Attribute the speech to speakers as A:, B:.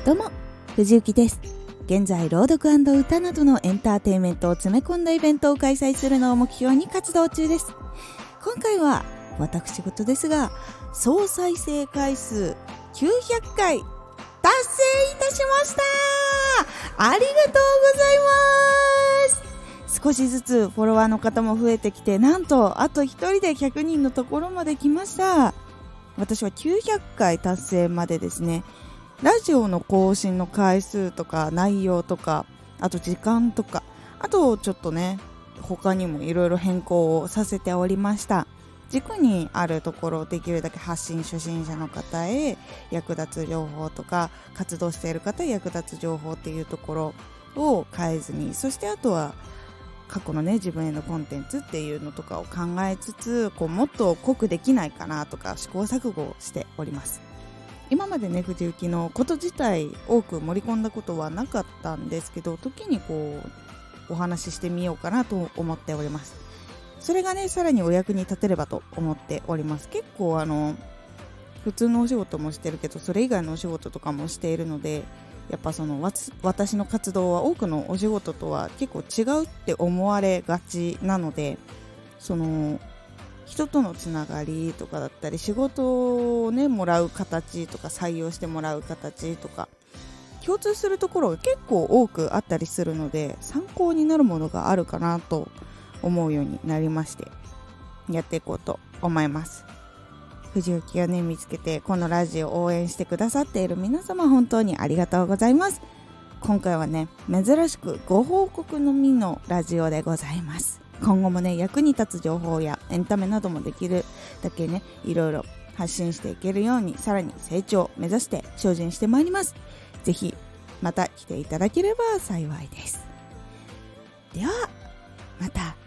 A: どうも、藤幸です。現在、朗読&歌などのエンターテインメントを詰め込んだイベントを開催するのを目標に活動中です。今回は私事ですが、総再生回数900回達成いたしました。ありがとうございます。少しずつフォロワーの方も増えてきて、なんとあと1人で100人のところまで来ました。私は900回達成までですね、ラジオの更新の回数とか内容とか、あと時間とか、あとちょっとね、他にもいろいろ変更をさせておりました。軸にあるところをできるだけ発信初心者の方へ役立つ情報とか、活動している方へ役立つ情報っていうところを変えずに、そしてあとは過去のね、自分へのコンテンツっていうのとかを考えつつ、もっと濃くできないかなとか試行錯誤をしております。今までね、藤幸のこと自体多く盛り込んだことはなかったんですけど、時にお話ししてみようかなと思っております。それがね、さらにお役に立てればと思っております。結構普通のお仕事もしてるけど、それ以外のお仕事とかもしているので、やっぱ私の活動は多くのお仕事とは結構違うって思われがちなので、人とのつながりとかだったり、仕事をねもらう形とか、採用してもらう形とか、共通するところが結構多くあったりするので、参考になるものがあるかなと思うようになりまして、やっていこうと思います。藤幸をね見つけて、このラジオを応援してくださっている皆様、本当にありがとうございます。今回はね、珍しくご報告のみのラジオでございます。今後もね、役に立つ情報やエンタメなどもできるだけね、いろいろ発信していけるように、さらに成長を目指して精進してまいります。ぜひまた来ていただければ幸いです。ではまた。